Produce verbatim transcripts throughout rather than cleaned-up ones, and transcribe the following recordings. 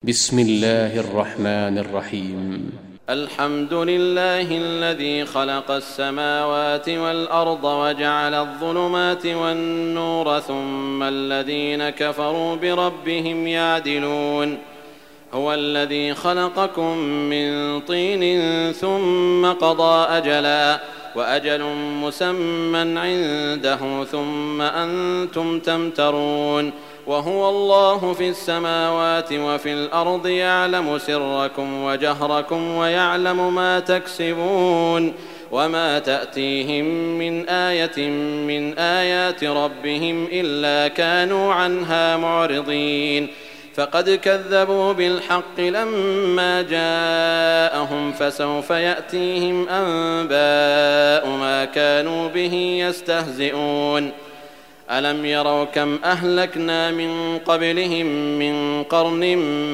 بسم الله الرحمن الرحيم. الحمد لله الذي خلق السماوات والأرض وجعل الظلمات والنور ثم الذين كفروا بربهم يعدلون. هو الذي خلقكم من طين ثم قضى أجلا وأجل مسمى عنده ثم أنتم تمترون. وهو الله في السماوات وفي الأرض يعلم سركم وجهركم ويعلم ما تكسبون. وما تأتيهم من آية من آيات ربهم إلا كانوا عنها معرضين. فقد كذبوا بالحق لما جاءهم فسوف يأتيهم أنباء ما كانوا به يستهزئون. ألم يروا كم أهلكنا من قبلهم من قرن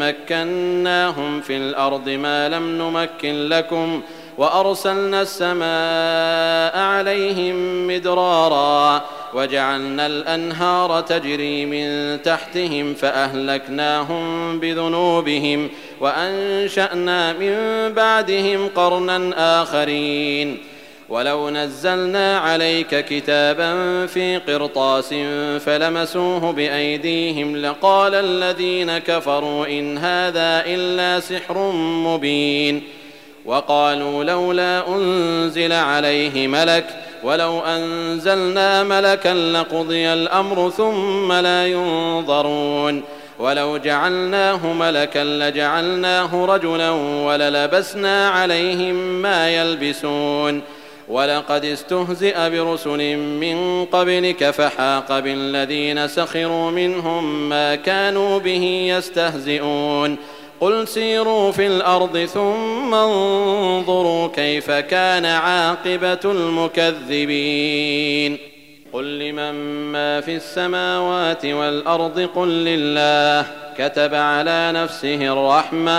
مكناهم في الأرض ما لم نمكن لكم وأرسلنا السماء عليهم مدرارا وجعلنا الأنهار تجري من تحتهم فأهلكناهم بذنوبهم وأنشأنا من بعدهم قرنا آخرين. ولو نزلنا عليك كتابا في قرطاس فلمسوه بأيديهم لقال الذين كفروا إن هذا إلا سحر مبين. وقالوا لولا أنزل عليه ملك ولو أنزلنا ملكا لقضي الأمر ثم لا ينظرون. ولو جعلناه ملكا لجعلناه رجلا وللبسنا عليهم ما يلبسون. ولقد استهزئ برسل من قبلك فحاق بالذين سخروا منهم ما كانوا به يستهزئون. قل سيروا في الأرض ثم انظروا كيف كان عاقبة المكذبين. قل لمن ما في السماوات والأرض قل لله كتب على نفسه الرحمة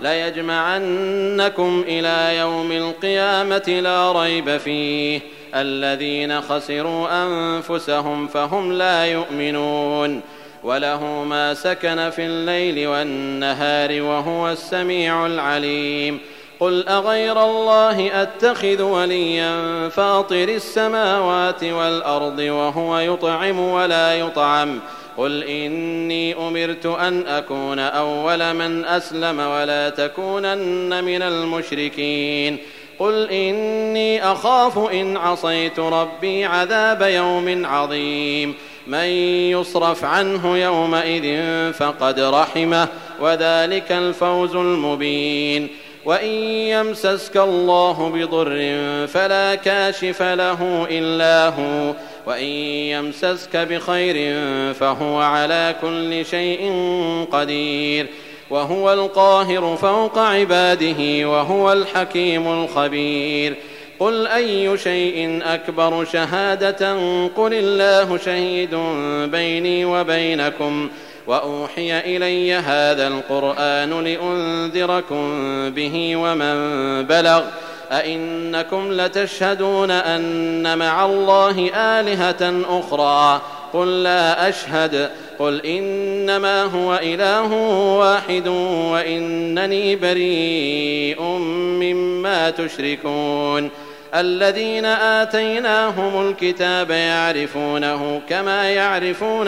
ليجمعنكم إلى يوم القيامة لا ريب فيه الذين خسروا أنفسهم فهم لا يؤمنون. وله ما سكن في الليل والنهار وهو السميع العليم. قل أغير الله أتخذ وليا فاطر السماوات والأرض وهو يطعم ولا يطعم. قل إني أمرت أن أكون أول من أسلم ولا تكونن من المشركين. قل إني أخاف إن عصيت ربي عذاب يوم عظيم. من يصرف عنه يومئذ فقد رحمه وذلك الفوز المبين. وإن يمسسك الله بضر فلا كاشف له إلا هو وإن يمسسك بخير فهو على كل شيء قدير. وهو القاهر فوق عباده وهو الحكيم الخبير. قل أي شيء أكبر شهادة قل الله شهيد بيني وبينكم وأوحي إلي هذا القرآن لأنذركم به ومن بلغ أئنكم لتشهدون أن مع الله آلهة أخرى قل لا أشهد. قل إنما هو إله واحد وإنني بريء مما تشركون. الذين آتيناهم الكتاب يعرفونه كما يعرفون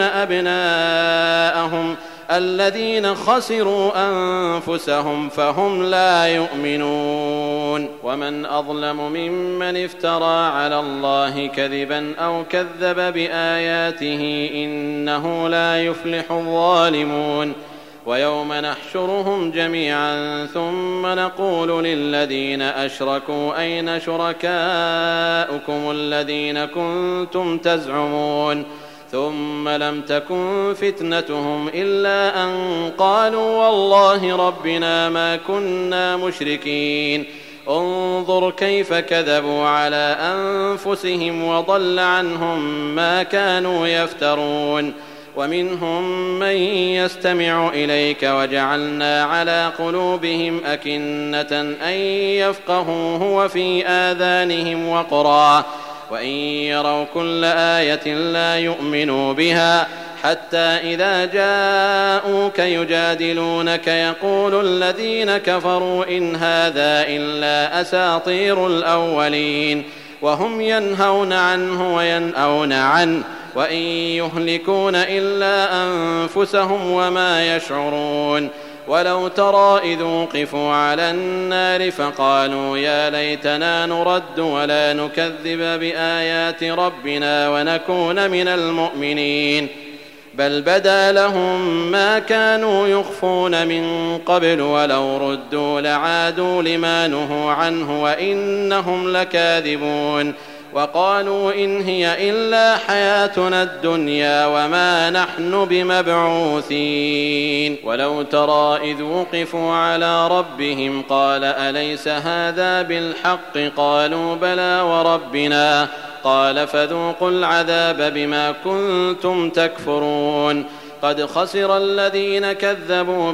أبناءهم الذين خسروا أنفسهم فهم لا يؤمنون. ومن أظلم ممن افترى على الله كذبا أو كذب بآياته إنه لا يفلح الظالمون. ويوم نحشرهم جميعا ثم نقول للذين أشركوا أين شركاؤكم الذين كنتم تزعمون ثم لم تكن فتنتهم إلا أن قالوا والله ربنا ما كنا مشركين. انظر كيف كذبوا على أنفسهم وضل عنهم ما كانوا يفترون. ومنهم من يستمع إليك وجعلنا على قلوبهم أكنة أن يفقهوه وفي آذانهم وقرا وإن يروا كل آية لا يؤمنوا بها حتى إذا جاءوك يجادلونك يقول الذين كفروا إن هذا إلا أساطير الأولين وهم ينهون عنه وينأون عنه وإن يهلكون إلا أنفسهم وما يشعرون ولو ترى إذ وقفوا على النار فقالوا يا ليتنا نرد ولا نكذب بآيات ربنا ونكون من المؤمنين بل بدا لهم ما كانوا يخفون من قبل ولو ردوا لعادوا لما نهوا عنه وإنهم لكاذبون وقالوا إن هي إلا حياتنا الدنيا وما نحن بمبعوثين ولو ترى إذ وقفوا على ربهم قال أليس هذا بالحق قالوا بلى وربنا قال فذوقوا العذاب بما كنتم تكفرون قد خسر الذين كذبوا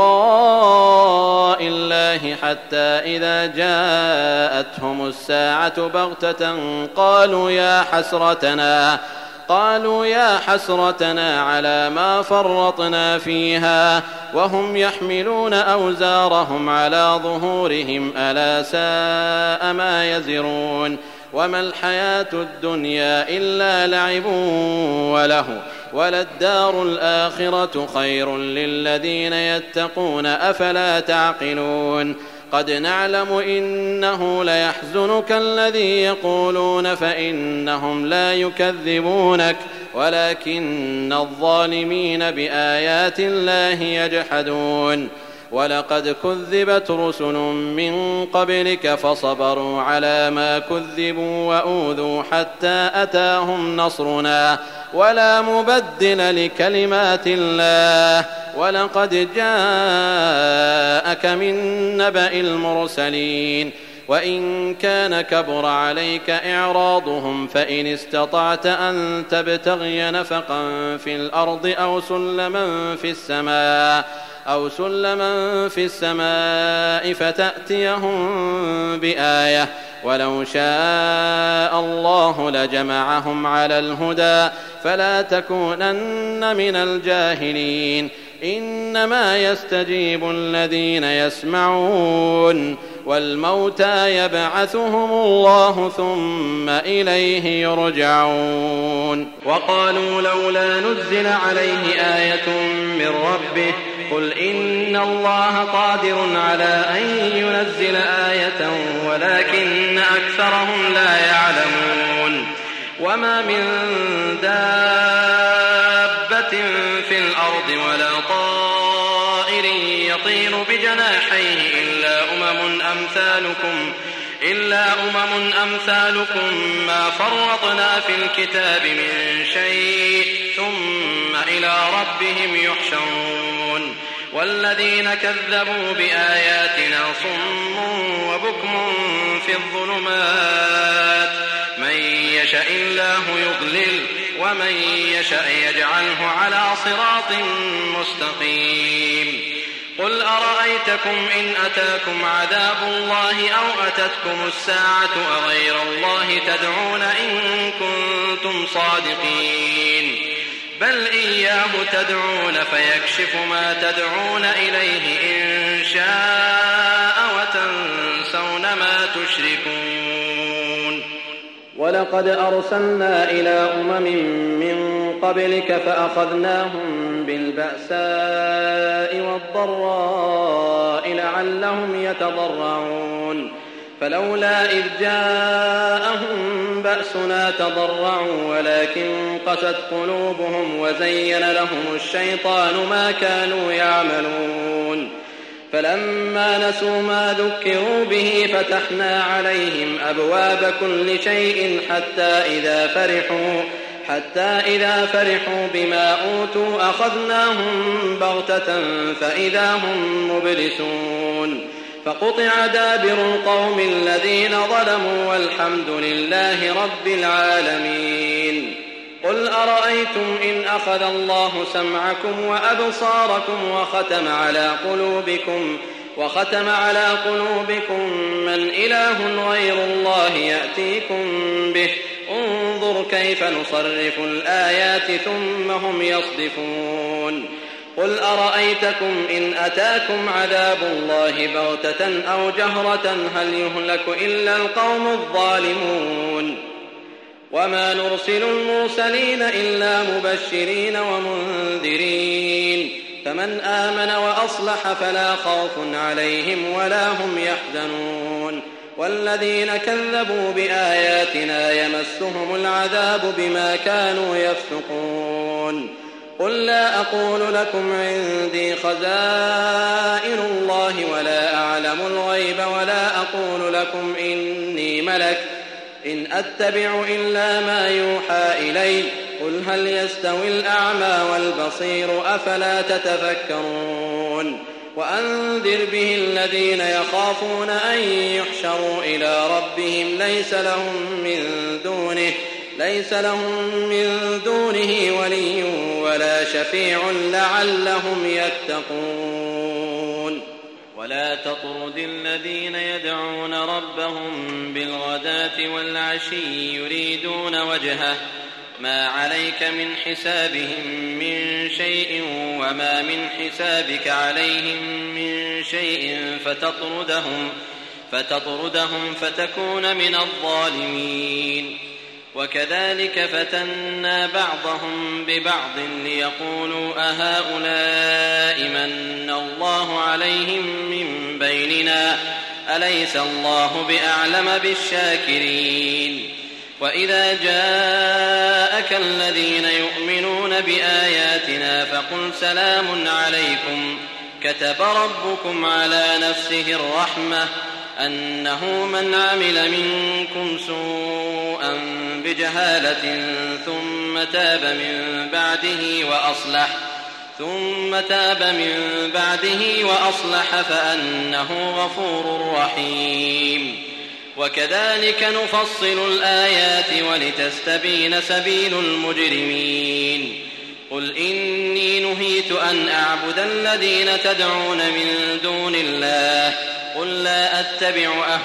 بلقاء الله حتى إذا جاءتهم الساعة بغتة قالوا يا حسرتنا قالوا يا حسرتنا على ما فرطنا فيها وهم يحملون أوزارهم على ظهورهم ألا ساء ما يزرون وما الحياة الدنيا إلا لعب وله وللدار الآخرة خير للذين يتقون أفلا تعقلون قد نعلم إنه ليحزنك الذي يقولون فإنهم لا يكذبونك ولكن الظالمين بآيات الله يجحدون ولقد كذبت رسل من قبلك فصبروا على ما كذبوا وأوذوا حتى أتاهم نصرنا ولا مبدل لكلمات الله ولقد جاءك من نبأ المرسلين وإن كان كبر عليك إعراضهم فإن استطعت أن تبتغي نفقا في الأرض أو سلما في السماء أو سلما في السماء فتأتيهم بآية ولو شاء الله لجمعهم على الهدى فلا تكونن من الجاهلين إنما يستجيب الذين يسمعون والموتى يبعثهم الله ثم إليه يرجعون وقالوا لولا نزل عليه آية من ربه قل إن الله قادر على أن ينزل آية ولكن أكثرهم لا يعلمون وما من دابة في الأرض ولا طائر يطير بجناحيه إلا أمم أمثالكم إلا أمم أمثالكم ما فرطنا في الكتاب من شيء ثم إلى ربهم يحشرون والذين كذبوا بآياتنا صم وبكم في الظلمات من يشاء الله يضلل ومن يشاء يجعله على صراط مستقيم قل أرأيتكم إن أتاكم عذاب الله أو أتتكم الساعة أغير الله تدعون إن كنتم صادقين بل إياه تدعون فيكشف ما تدعون إليه إن شاء وتنسون ما تشركون ولقد أرسلنا إلى أمم من قبلك فأخذناهم بالبأساء والضراء لعلهم يتضرعون فلولا إذ جاءهم بأسنا تضرعوا ولكن قست قلوبهم وزين لهم الشيطان ما كانوا يعملون فلما نسوا ما ذكروا به فتحنا عليهم أبواب كل شيء حتى إذا فرحوا حتى إذا فرحوا بما أوتوا أخذناهم بغتة فإذا هم مبلسون فقطع دابر القوم الذين ظلموا والحمد لله رب العالمين قل أرأيتم إن أخذ الله سمعكم وأبصاركم وختم على قلوبكم وختم على قلوبكم من إله غير الله يأتيكم به انظر كيف نصرف الآيات ثم هم يصدفون قل أرأيتكم إن أتاكم عذاب الله بغتة أو جهرة هل يهلك إلا القوم الظالمون وما نرسل المرسلين إلا مبشرين ومنذرين فمن آمن وأصلح فلا خوف عليهم ولا هم يحزنون والذين كذبوا بآياتنا يمسهم العذاب بما كانوا يفسقون قل لا أقول لكم عندي خزائن الله ولا أعلم الغيب ولا أقول لكم إني ملك إن أتبع إلا ما يوحى إلي قل هل يستوي الأعمى والبصير أفلا تتفكرون وأنذر به الذين يخافون أن يحشروا إلى ربهم ليس لهم من دونه ليس لهم من دونه ولي ولا شفيع لعلهم يتقون ولا تطرد الذين يدعون ربهم بالغداة والعشي يريدون وجهه ما عليك من حسابهم من شيء وما من حسابك عليهم من شيء فتطردهم فتطردهم فتكون من الظالمين وكذلك فتنا بعضهم ببعض ليقولوا أهؤلاء من الله عليهم من بيننا أليس الله بأعلم بالشاكرين وإذا جاءك الذين يؤمنون بآياتنا فقل سلام عليكم كتب ربكم على نفسه الرحمة أنه من عمل منكم سوءا بجهالة ثم تاب من بعده وأصلح ثم تاب من بعده وأصلح فأنه غفور رحيم وكذلك نفصل الآيات ولتستبين سبيل المجرمين قل إني نهيت أن أعبد الذين تدعون من دون الله قل لا أتبع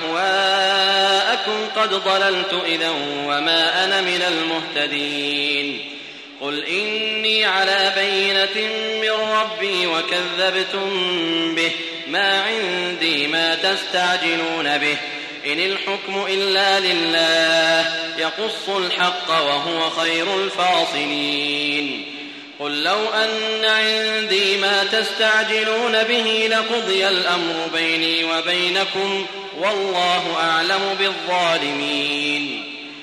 أهواءكم قد ضللت إذا وما أنا من المهتدين قل إني على بينة من ربي وكذبتم به ما عندي ما تستعجلون به إن الحكم إلا لله يقص الحق وهو خير الفاصلين قل لو أن عندي ما تستعجلون به لقضي الأمر بيني وبينكم والله أعلم بالظالمين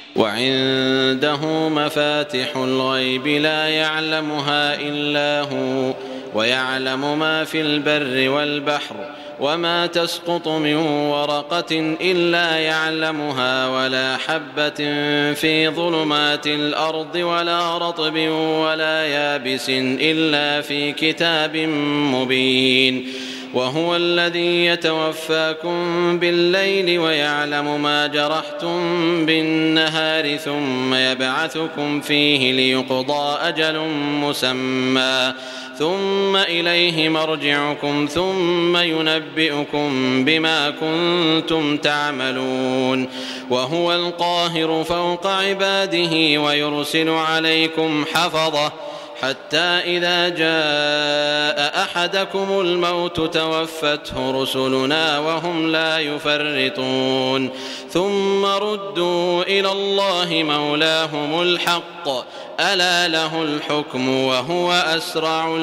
وعنده مفاتح الغيب لا يعلمها إلا هو ويعلم ما في البر والبحر وما تسقط من ورقة إلا يعلمها ولا حبة في ظلمات الأرض ولا رطب ولا يابس إلا في كتاب مبين وهو الذي يتوفاكم بالليل ويعلم ما جرحتم بالنهار ثم يبعثكم فيه ليقضى أجل مسمى ثم إليه مرجعكم ثم ينبئكم بما كنتم تعملون وهو القاهر فوق عباده ويرسل عليكم حفظة حتى إذا جاء أحدكم الموت توفته رسلنا وهم لا يفرطون ثم ردوا إلى الله مولاهم الحق ألا له الحكم وهو أسرع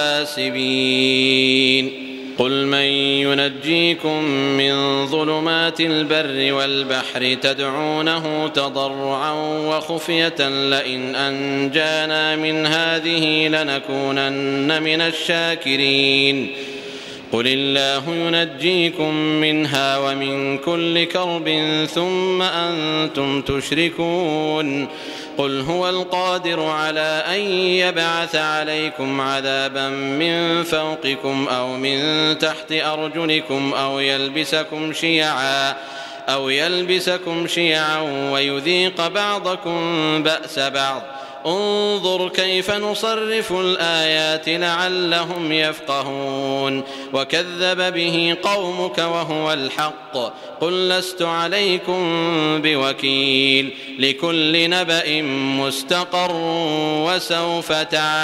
الحاسبين قل من ينجيكم من ظلمات البر والبحر تدعونه تضرعا وخفية لئن أنجانا من هذه لنكونن من الشاكرين قل الله ينجيكم منها ومن كل كرب ثم أنتم تشركون قل هو القادر على أن يبعث عليكم عذابا من فوقكم أو من تحت أرجلكم أو يلبسكم شيعا أو يلبسكم شيعا ويذيق بعضكم بأس بعض انظر كيف نصرف الآيات لعلهم يفقهون وكذب به قومك وهو الحق قل لست عليكم بوكيل لكل نبأ مستقر وسوف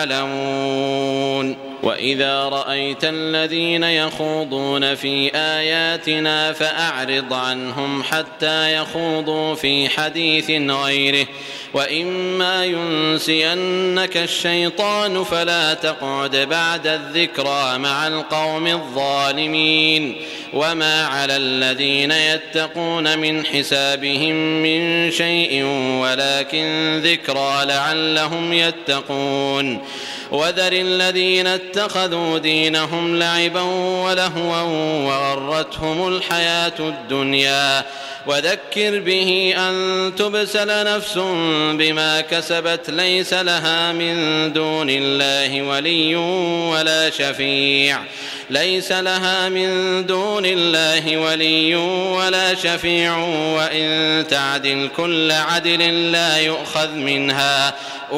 تعلمون وإذا رأيت الذين يخوضون في آياتنا فأعرض عنهم حتى يخوضوا في حديث غيره وإما ينسينك الشيطان فلا تقعد بعد الذكرى مع القوم الظالمين وما على الذين يتقون من حسابهم من شيء ولكن ذكرى لعلهم يتقون وذر الذين اتخذوا دينهم لعبا ولهوا وغرتهم الحياة الدنيا وذكر به أن تبسل نفس بما كسبت ليس لها من دون الله ولي ولا شفيع ليس لها من دون الله ولي ولا شفيع وإن تعدل كل عدل لا يؤخذ منها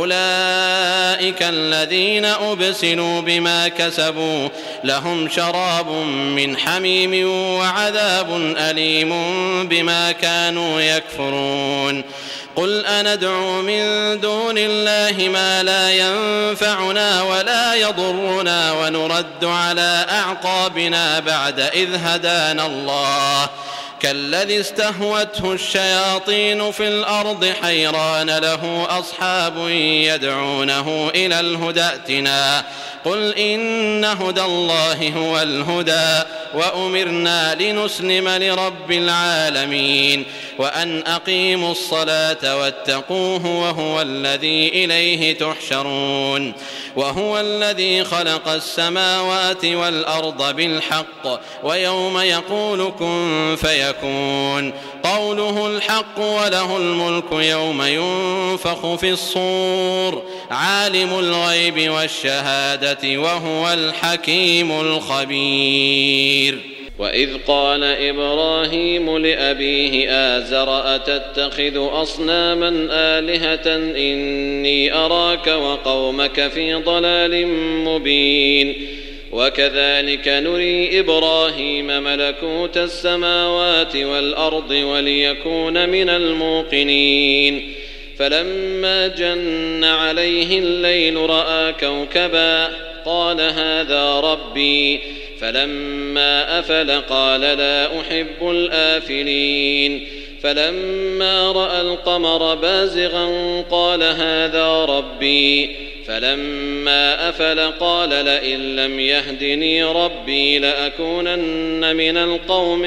أولئك الذين أبسلوا بما كسبوا لهم شراب من حميم وعذاب أليم بما كانوا يكفرون قل أندعو من دون الله ما لا ينفعنا ولا يضرنا ونرد على أعقابنا بعد إذ هدانا الله كالذي استهوته الشياطين في الأرض حيران له أصحاب يدعونه إلى الهدى ائتنا قل إن هدى الله هو الهدى وأمرنا لنسلم لرب العالمين وأن أقيموا الصلاة واتقوه وهو الذي إليه تحشرون وهو الذي خلق السماوات والأرض بالحق ويوم يقول كن فيكون قوله الحق وله الملك يوم ينفخ في الصور عالم الغيب والشهادة وهو الحكيم الخبير وإذ قال إبراهيم لأبيه آزر أتتخذ أصناما آلهة إني أراك وقومك في ضلال مبين وكذلك نري إبراهيم ملكوت السماوات والأرض وليكون من الموقنين فلما جن عليه الليل رأى كوكبا قال هذا ربي فلما أفل قال لا أحب الآفلين فلما رأى القمر بازغا قال هذا ربي فلما أفل قال لئن لم يهدني ربي لأكونن من القوم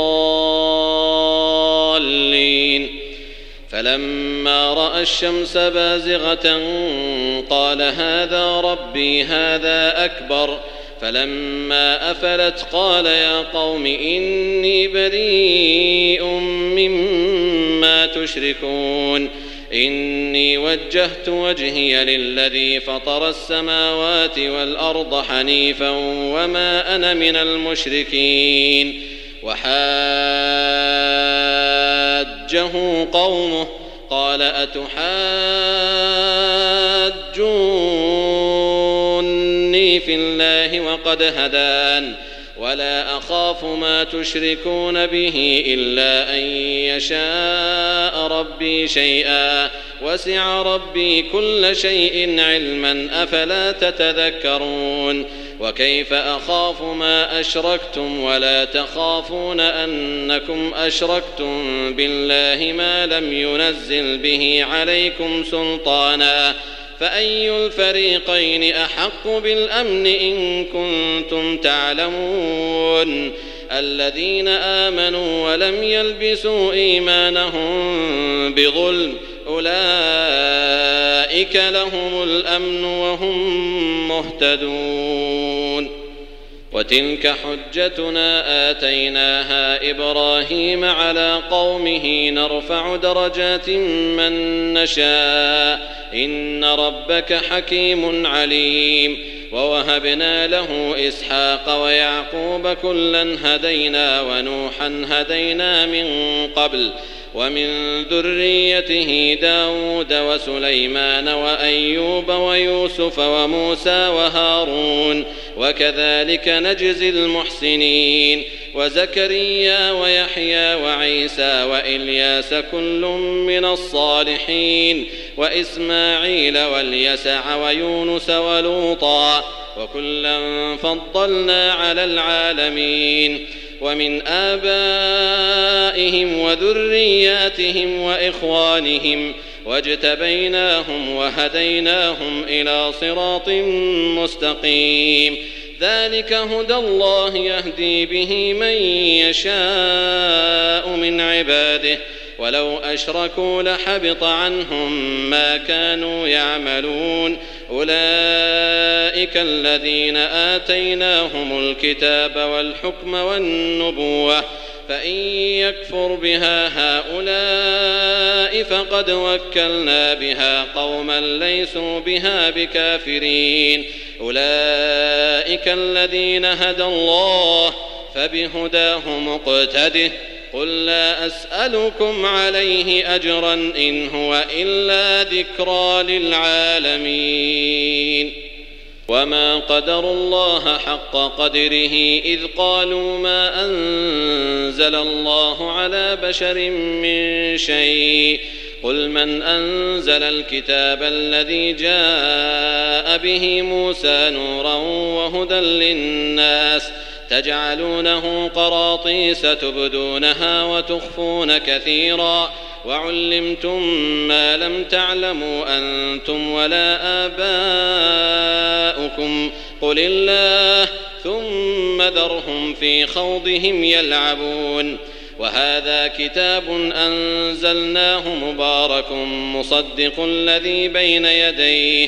الضالين فلما رأى الشمس بازغة قال هذا ربي هذا أكبر فلما أفلت قال يا قوم إني بريء مما تشركون إني وجهت وجهي للذي فطر السماوات والأرض حنيفا وما أنا من المشركين وحاجه قومه قال أتحاجوني في الله وقد هدان ولا أخاف ما تشركون به إلا أن يشاء ربي شيئا وسع ربي كل شيء علما أفلا تتذكرون وكيف أخاف ما أشركتم ولا تخافون أنكم أشركتم بالله ما لم ينزل به عليكم سلطانا فأي الفريقين أحق بالأمن إن كنتم تعلمون الذين آمنوا ولم يلبسوا إيمانهم بظلم أولئك لهم الأمن وهم مهتدون وتلك حجتنا آتيناها إبراهيم على قومه نرفع درجات من نشاء إن ربك حكيم عليم ووهبنا له إسحاق ويعقوب كلا هدينا ونوحا هدينا من قبل ومن ذريته داود وسليمان وأيوب ويوسف وموسى وهارون وكذلك نجزي المحسنين وزكريا ويحيى وعيسى وإلياس كل من الصالحين وإسماعيل واليسع ويونس ولوطا وكلا فضلنا على العالمين ومن آبائهم وذرياتهم وإخوانهم واجتبيناهم وهديناهم إلى صراط مستقيم ذلك هدى الله يهدي به من يشاء من عباده ولو أشركوا لحبط عنهم ما كانوا يعملون أولئك الذين آتيناهم الكتاب والحكم والنبوة فإن يكفر بها هؤلاء فقد وكلنا بها قوما ليسوا بها بكافرين أولئك الذين هدى الله فبهداه مقتده قل لا أسألكم عليه أجرا إن هو إلا ذكرى للعالمين وما قدروا الله حق قدره إذ قالوا ما أنزل الله على بشر من شيء قل من أنزل الكتاب الذي جاء به موسى نورا وهدى للناس تجعلونه قراطيس تبدونها وتخفون كثيرا وعلمتم ما لم تعلموا أنتم ولا آباؤكم قل الله ثم ذرهم في خوضهم يلعبون وهذا كتاب أنزلناه مبارك مصدق الذي بين يديه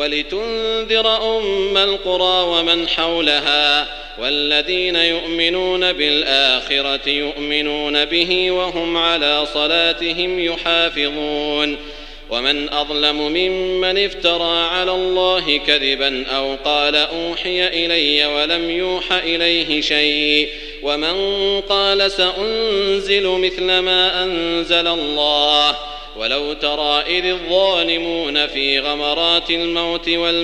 ولتنذر أم القرى ومن حولها والذين يؤمنون بالآخرة يؤمنون به وهم على صلاتهم يحافظون ومن أظلم ممن افترى على الله كذبا أو قال أوحي إلي ولم يوح إليه شيء ومن قال سأنزل مثل ما أنزل الله ولو ترى إذ الظالمون في غمرات الموت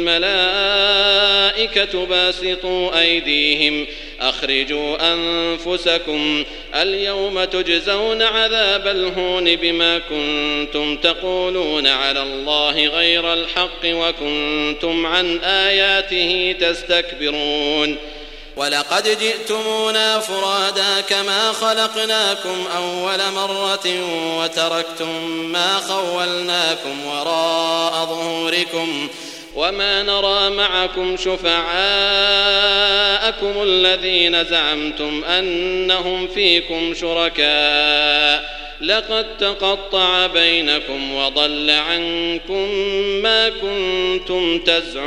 والملائكة باسطوا أيديهم أخرجوا أنفسكم اليوم تجزون عذاب الهون بما كنتم تقولون على الله غير الحق وكنتم عن آياته تستكبرون ولقد جئتمونا فرادا كما خلقناكم أول مرة وتركتم ما خولناكم وراء ظهوركم وما نرى معكم شفعاءكم الذين زعمتم أنهم فيكم شركاء لقد تقطع بينكم وضل عنكم ما كنتم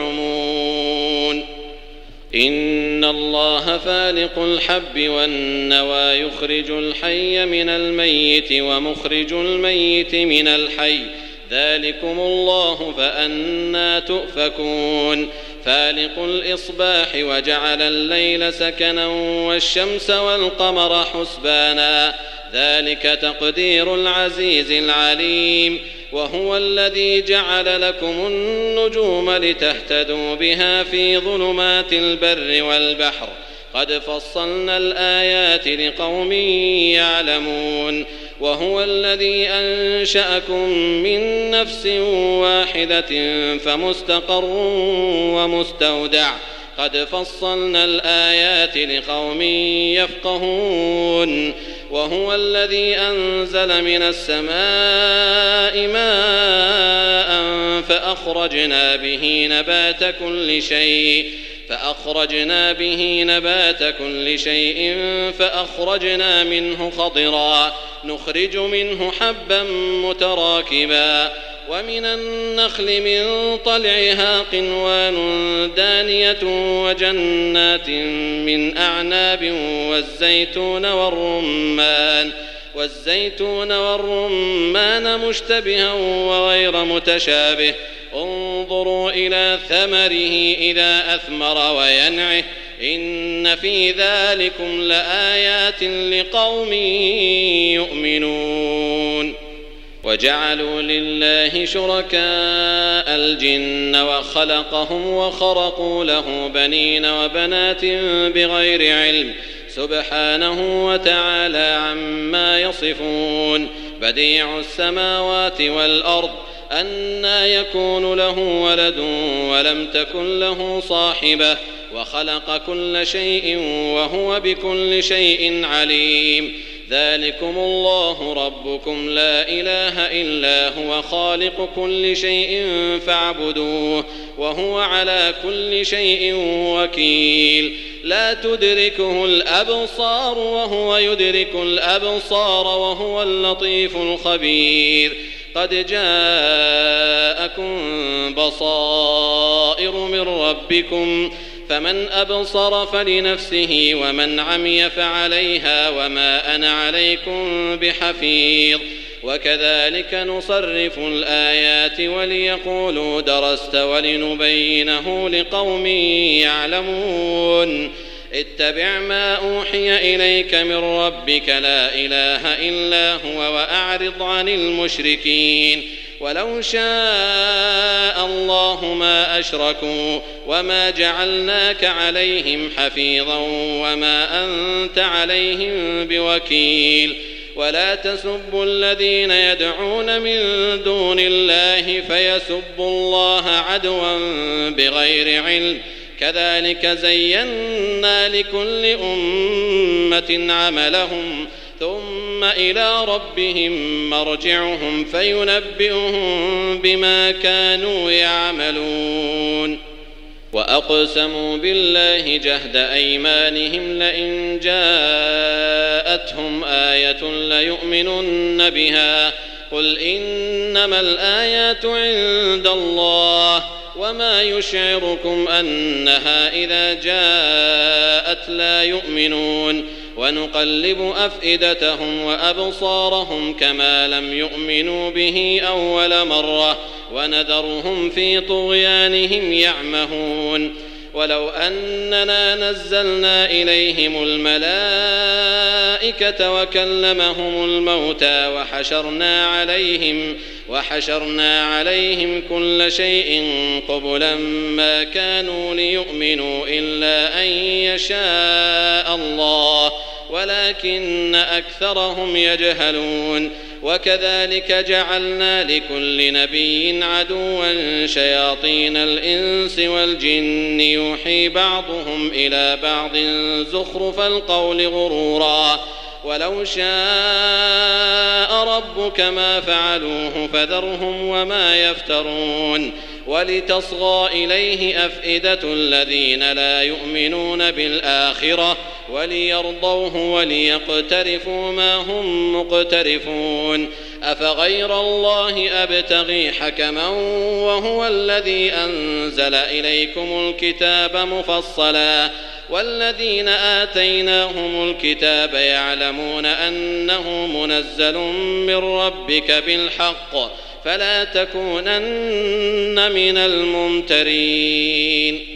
تزعمون إن الله فالق الحب والنوى يخرج الحي من الميت ومخرج الميت من الحي ذلكم الله فأنى تؤفكون فالق الإصباح وجعل الليل سكنا والشمس والقمر حسبانا ذلك تقدير العزيز العليم وهو الذي جعل لكم النجوم لتهتدوا بها في ظلمات البر والبحر قد فصلنا الآيات لقوم يعلمون وهو الذي أنشأكم من نفس واحدة فمستقر ومستودع قد فصلنا الآيات لقوم يفقهون وهو الذي أنزل من السماء ماء فأخرجنا به نبات كل شيء فأخرجنا به نبات كل شيء فأخرجنا منه خضرا نخرج منه حبا متراكبا ومن النخل من طلعها قنوان دانية وجنات من أعناب والزيتون والرمان والزيتون والرمان مشتبها وغير متشابه انظروا إلى ثمره إذا أثمر وينعه إن في ذلكم لآيات لقوم يؤمنون. وجعلوا لله شركاء الجن وخلقهم وخرقوا له بنين وبنات بغير علم سبحانه وتعالى عما يصفون. بديع السماوات والأرض أنى يكون له ولد ولم تكن له صاحبة وخلق كل شيء وهو بكل شيء عليم. ذلكم الله ربكم لا إله إلا هو خالق كل شيء فاعبدوه وهو على كل شيء وكيل. لا تدركه الأبصار وهو يدرك الأبصار وهو اللطيف الخبير. قد جاءكم بصائر من ربكم فمن أبصر فلنفسه ومن عمي فعليها وما أنا عليكم بحفيظ. وكذلك نصرف الآيات وليقولوا درست ولنبينه لقوم يعلمون. اتبع ما أوحي إليك من ربك لا إله إلا هو وأعرض عن المشركين. ولو شاء الله ما أشركوا وما جعلناك عليهم حفيظا وما أنت عليهم بوكيل. ولا تسبوا الذين يدعون من دون الله فيسبوا الله عدوا بغير علم كذلك زينا لكل أمة عملهم ثم إلى ربهم مرجعهم فينبئهم بما كانوا يعملون. وأقسموا بالله جهد أيمانهم لئن جاءتهم آية ليؤمنن بها قل إنما الآيات عند الله وما يشعركم أنها إذا جاءت لا يؤمنون. ونقلب أفئدتهم وأبصارهم كما لم يؤمنوا به أول مرة ونذرهم في طغيانهم يعمهون. ولو أننا نزلنا إليهم الملائكة وكلمهم الموتى وحشرنا عليهم وحشرنا عليهم كل شيء قبلا ما كانوا ليؤمنوا إلا أن يشاء الله ولكن أكثرهم يجهلون. وكذلك جعلنا لكل نبي عدوا شياطين الإنس والجن يوحي بعضهم إلى بعض زخرف القول غرورا ولو شاء ربك ما فعلوه فذرهم وما يفترون. ولتصغى إليه أفئدة الذين لا يؤمنون بالآخرة وليرضوه وليقترفوا ما هم مقترفون. أفغير الله أبتغي حكما وهو الذي أنزل إليكم الكتاب مفصلا والذين آتيناهم الكتاب يعلمون أنه منزل من ربك بالحق فلا تكونن من الممترين.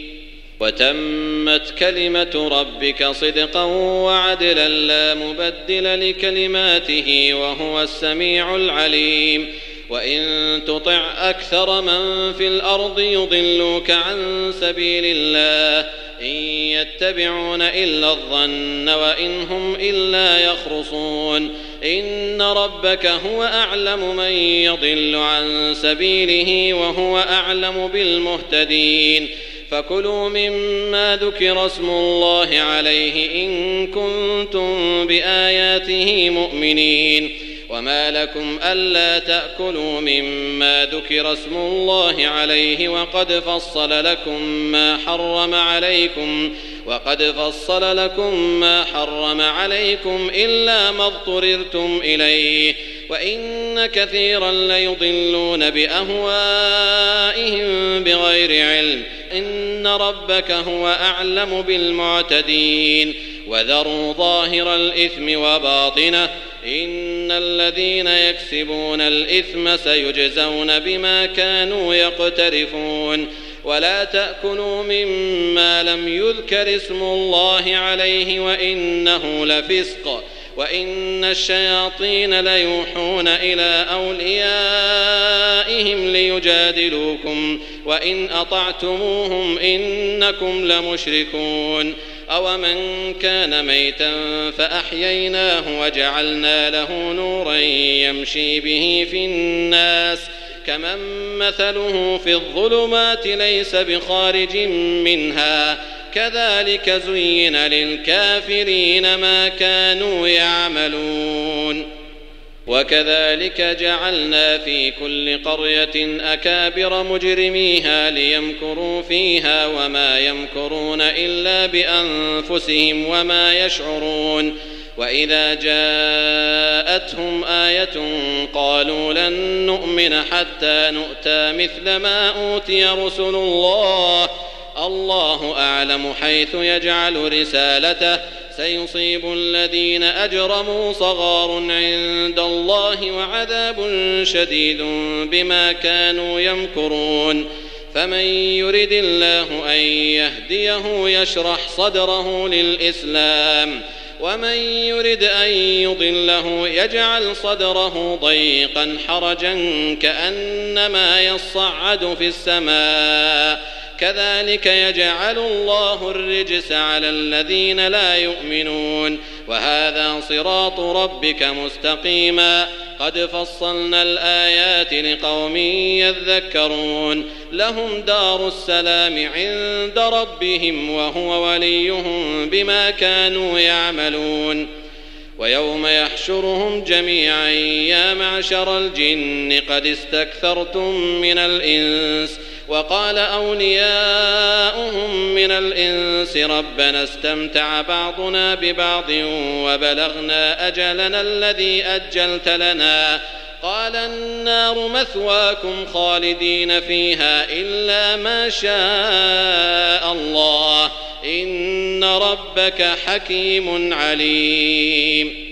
وتمت كلمة ربك صدقا وعدلا لا مبدل لكلماته وهو السميع العليم. وإن تطع أكثر من في الأرض يضلوك عن سبيل الله إن يتبعون إلا الظن وإن هم إلا يخرصون. إن ربك هو أعلم من يضل عن سبيله وهو أعلم بالمهتدين. فكلوا مما ذكر اسم الله عليه إن كنتم بآياته مؤمنين. وما لكم ألا تأكلوا مما ذكر اسم الله عليه وقد فصل لكم ما حرم عليكم وقد فصل لكم ما حرم عليكم إلا ما اضطررتم إليه وإن كثيرا ليضلون بأهوائهم بغير علم إن ربك هو أعلم بالمعتدين. وذروا ظاهر الإثم وباطنه إن الذين يكسبون الإثم سيجزون بما كانوا يقترفون ولا تأكلوا مما لم يذكر اسم الله عليه وإنه لفسق وإن الشياطين ليوحون إلى أوليائهم ليجادلوكم وإن أطعتموهم إنكم لمشركون أومن كان ميتا فأحييناه وجعلنا له نورا يمشي به في الناس كمن مثله في الظلمات ليس بخارج منها كذلك زين للكافرين ما كانوا يعملون وكذلك جعلنا في كل قرية أكابر مجرميها ليمكروا فيها وما يمكرون إلا بأنفسهم وما يشعرون وإذا جاءتهم آية قالوا لن نؤمن حتى نؤتى مثل ما أوتي رسل الله الله أعلم حيث يجعل رسالته سيصيب الذين أجرموا صغار عند الله وعذاب شديد بما كانوا يمكرون فمن يرد الله أن يهديه يشرح صدره للإسلام ومن يرد أن يضله يجعل صدره ضيقا حرجا كأنما يصعد في السماء كذلك يجعل الله الرجس على الذين لا يؤمنون وهذا صراط ربك مستقيما قد فصلنا الآيات لقوم يذكرون لهم دار السلام عند ربهم وهو وليهم بما كانوا يعملون ويوم يحشرهم جميعا يا معشر الجن قد استكثرتم من الإنس وقال أولياؤهم من الإنس ربنا استمتع بعضنا ببعض وبلغنا أجلنا الذي أجلت لنا قال النار مثواكم خالدين فيها إلا ما شاء الله إن ربك حكيم عليم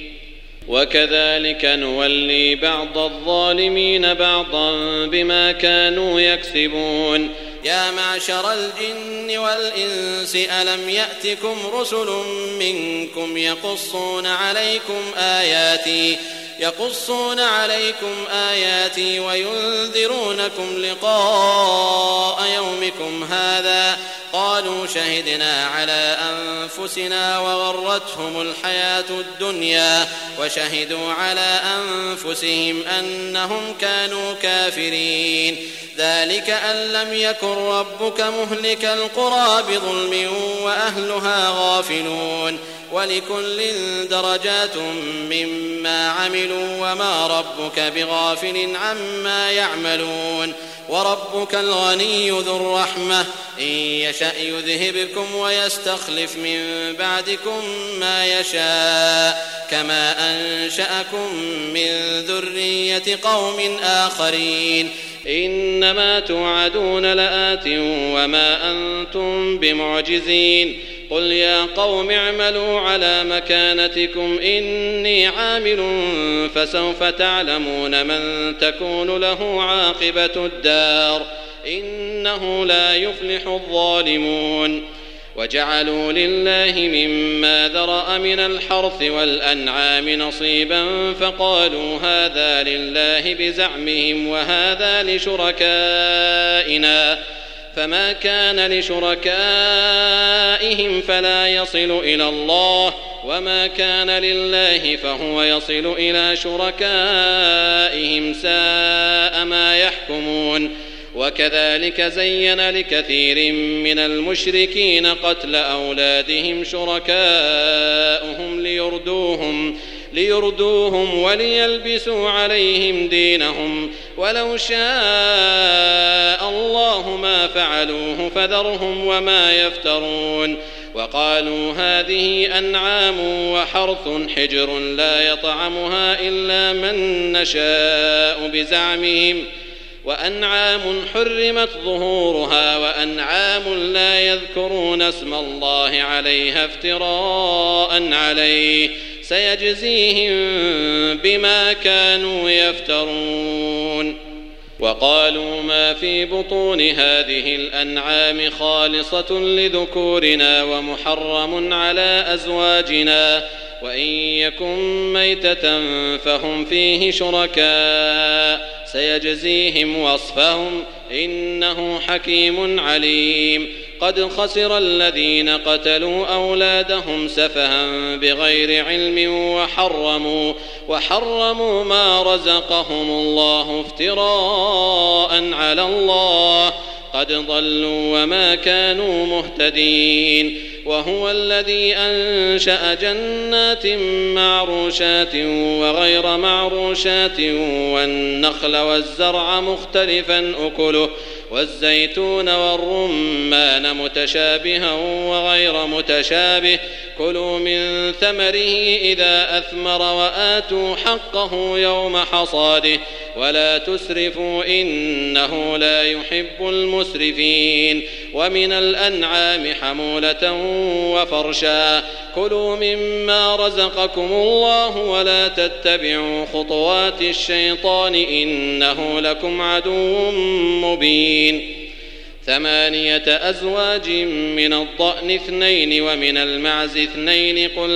وكذلك نولي بعض الظالمين بعضا بما كانوا يكسبون يا معشر الجن والإنس ألم يأتكم رسل منكم يقصون عليكم آياتي يقصون عليكم آياتي وينذرونكم لقاء يومكم هذا قالوا شهدنا على أنفسنا وغرتهم الحياة الدنيا وشهدوا على أنفسهم أنهم كانوا كافرين ذلك أن لم يكن ربك مهلك القرى بظلم وأهلها غافلون ولكل درجات مما عملوا وما ربك بغافل عما يعملون وربك الغني ذو الرحمة إن يشأ يذهبكم ويستخلف من بعدكم ما يشاء كما أنشأكم من ذرية قوم آخرين إنما توعدون لآت وما أنتم بمعجزين قل يا قوم اعملوا على مكانتكم إني عامل فسوف تعلمون من تكون له عاقبة الدار إنه لا يفلح الظالمون وجعلوا لله مما ذرأ من الحرث والأنعام نصيبا فقالوا هذا لله بزعمهم وهذا لشركائنا فما كان لشركائهم فلا يصل إلى الله وما كان لله فهو يصل إلى شركائهم ساء ما يحكمون وكذلك زين لكثير من المشركين قتل أولادهم شركاؤهم ليردوهم ليردوهم وليلبسوا عليهم دينهم ولو شاء الله ما فعلوه فذرهم وما يفترون وقالوا هذه أنعام وحرث حجر لا يطعمها إلا من نشاء بزعمهم وأنعام حرمت ظهورها وأنعام لا يذكرون اسم الله عليها افتراء عليه سيجزيهم بما كانوا يفترون. وقالوا ما في بطون هذه الأنعام خالصة لذكورنا ومحرم على أزواجنا وإن يكن ميتة فهم فيه شركاء سيجزيهم وصفهم إنه حكيم عليم. قد خسر الذين قتلوا أولادهم سفها بغير علم وحرموا, وحرموا ما رزقهم الله افتراء على الله قد ضلوا وما كانوا مهتدين. وهو الذي أنشأ جنات معروشات وغير معروشات والنخل والزرع مختلفا أكله والزيتون والرمان متشابها وغير متشابه كلوا من ثمره إذا أثمر وآتوا حقه يوم حصاده ولا تسرفوا إنه لا يحب المسرفين. ومن الأنعام حمولة وفرشا كلوا مما رزقكم الله ولا تتبعوا خطوات الشيطان إنه لكم عدو مبين. ثمانية أزواج من الضأن اثنين ومن المعز اثنين قل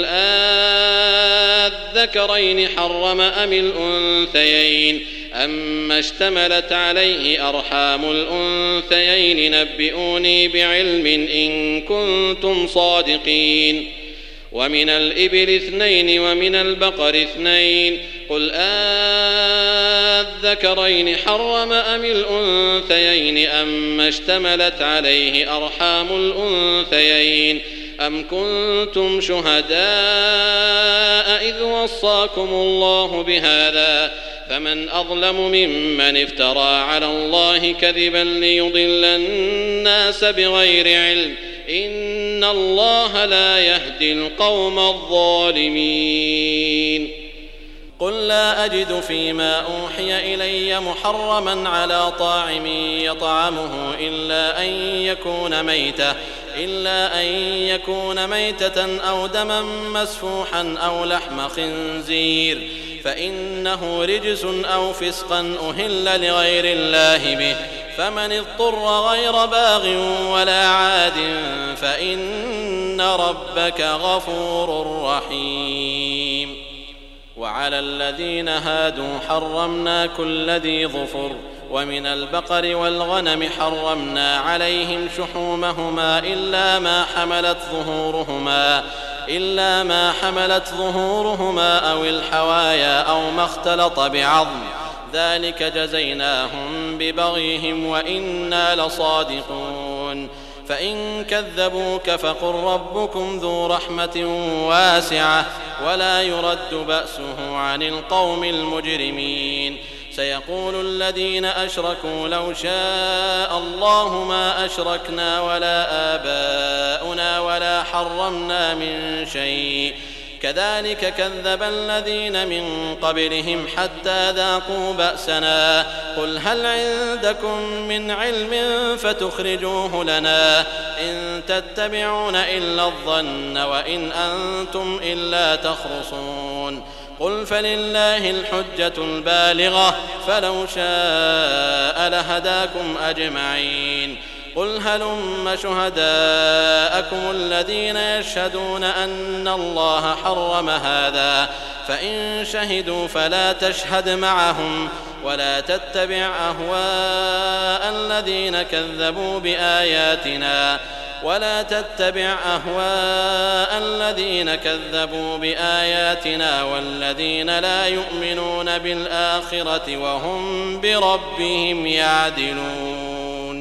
آذكرين حرم أم الأنثيين أما اشتملت عليه أرحام الأنثيين نبئوني بعلم إن كنتم صادقين. ومن الإبل اثنين ومن البقر اثنين قل آذكرين حرم أم الأنثيين أما اشتملت عليه أرحام الأنثيين أم كنتم شهداء إذ وصاكم الله بهذا فمن أظلم ممن افترى على الله كذبا ليضل الناس بغير علم إن الله لا يهدي القوم الظالمين. قل لا أجد فيما أوحي إلي محرما على طاعم يطعمه إلا أن يكون ميتة إلا أن يكون ميتة أو دما مسفوحا أو لحم خنزير فإنه رجس أو فسقا أهل لغير الله به فمن اضطر غير باغ ولا عاد فإن ربك غفور رحيم. وعلى الذين هادوا حرمنا كل ذي ظفر ومن البقر والغنم حرمنا عليهم شحومهما إلا ما حملت ظهورهما إلا ما حملت ظهورهما أو الحوايا أو ما اختلط بعظم ذلك جزيناهم ببغيهم وإنا لصادقون. فإن كذبوك فقل ربكم ذو رحمة واسعة ولا يرد بأسه عن القوم المجرمين. سيقول الذين أشركوا لو شاء الله ما أشركنا ولا آباؤنا ولا حرمنا من شيء كذلك كذب الذين من قبلهم حتى ذاقوا بأسنا قل هل عندكم من علم فتخرجوه لنا إن تتبعون إلا الظن وإن أنتم إلا تخرصون. قل فلله الحجة البالغة فلو شاء لهداكم أجمعين. قل هلم شهداءكم الذين يشهدون أن الله حرم هذا فإن شهدوا فلا تشهد معهم ولا تتبع أهواء الذين كذبوا بآياتنا ولا تتبع أهواء الذين كذبوا بآياتنا والذين لا يؤمنون بالآخرة وهم بربهم يعدلون.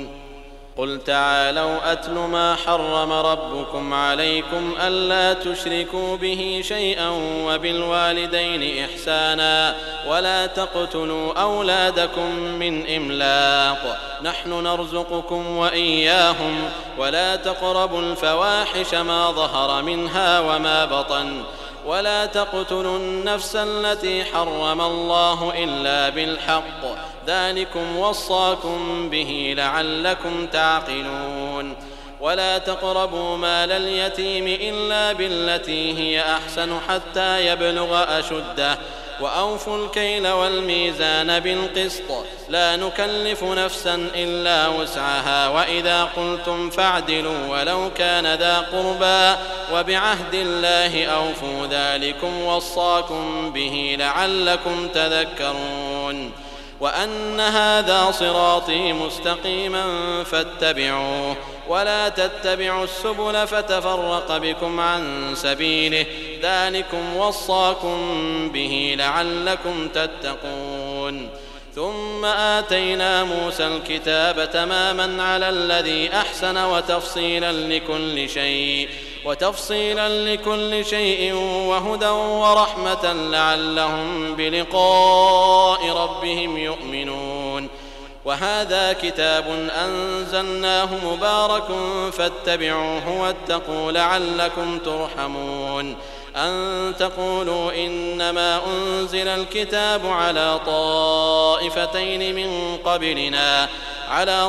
قل تعالوا أتل ما حرم ربكم عليكم ألا تشركوا به شيئا وبالوالدين إحسانا ولا تقتلوا أولادكم من إملاق نحن نرزقكم وإياهم ولا تقربوا الفواحش ما ظهر منها وما بطن ولا تقتلوا النفس التي حرم الله إلا بالحق ذلكم وصاكم به لعلكم تعقلون. ولا تقربوا مال اليتيم إلا بالتي هي أحسن حتى يبلغ أشده وأوفوا الكيل والميزان بالقسط لا نكلف نفسا إلا وسعها وإذا قلتم فاعدلوا ولو كان ذا قربى وبعهد الله أوفوا ذلكم وصاكم به لعلكم تذكرون وأن هذا صراطي مستقيما فاتبعوه ولا تتبعوا السبل فتفرق بكم عن سبيله ذلكم وصاكم به لعلكم تتقون ثم آتينا موسى الكتاب تماما على الذي أحسن وتفصيلا لكل شيء وتفصيلا لكل شيء وهدى ورحمة لعلهم بلقاء ربهم يؤمنون وهذا كتاب أنزلناه مبارك فاتبعوه واتقوا لعلكم ترحمون أن تقولوا إنما أنزل الكتاب على طائفتين من قبلنا على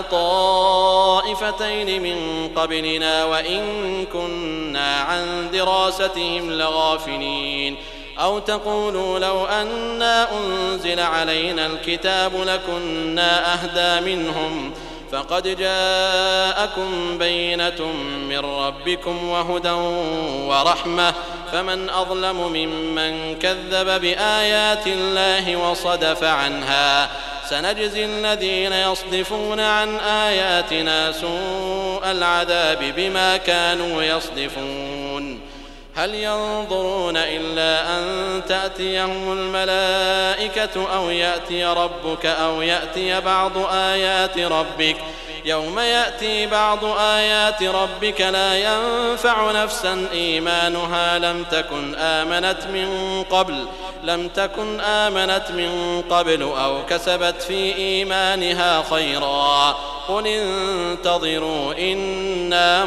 طائفتين من قبلنا وإن كنا عن دراستهم لغافلين أو تقولوا لو أنا أنزل علينا الكتاب لكنا أهدى منهم فقد جاءكم بينة من ربكم وهدى ورحمة فمن أظلم ممن كذب بآيات الله وصدف عنها سنجزي الذين يصدفون عن آياتنا سوء العذاب بما كانوا يصدفون هل ينظرون إلا أن تأتيهم الملائكة أو يأتي ربك أو يأتي بعض آيات ربك يوم يأتي بعض آيات ربك لا ينفع نفسا إيمانها لم تكن آمنت من قبل لم تكن آمنت من قبل أو كسبت في إيمانها خيرا قل انتظروا إنا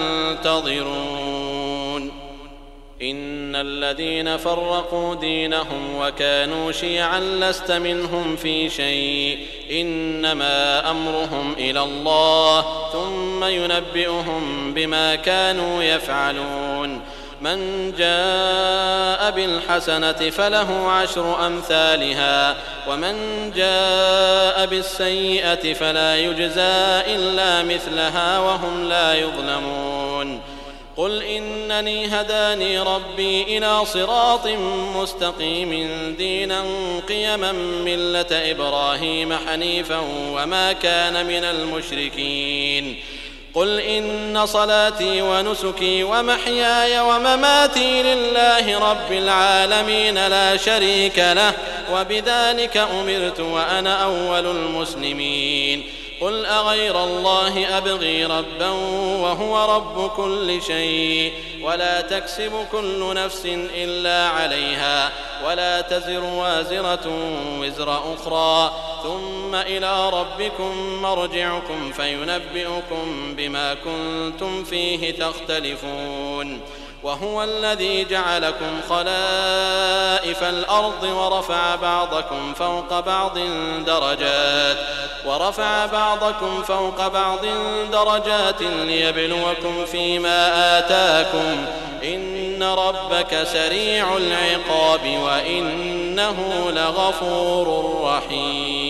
منتظرون إن الذين فرقوا دينهم وكانوا شيعا لست منهم في شيء إنما أمرهم إلى الله ثم ينبئهم بما كانوا يفعلون من جاء بالحسنة فله عشر أمثالها ومن جاء بالسيئة فلا يجزى إلا مثلها وهم لا يظلمون قل إنني هداني ربي إلى صراط مستقيم دينا قيما ملة إبراهيم حنيفا وما كان من المشركين قل إن صلاتي ونسكي ومحياي ومماتي لله رب العالمين لا شريك له وبذلك أمرت وأنا أول المسلمين قل أغير الله أبغي ربا وهو رب كل شيء ولا تكسب كل نفس إلا عليها ولا تزر وازرة وزر أخرى ثم إلى ربكم مرجعكم فينبئكم بما كنتم فيه تختلفون وهو الذي جعلكم خلائف الأرض ورفع بعضكم فوق بعض درجات ورفع بعضكم فوق بعض درجات ليبلوكم فيما آتاكم إن ربك سريع العقاب وإنه لغفور رحيم.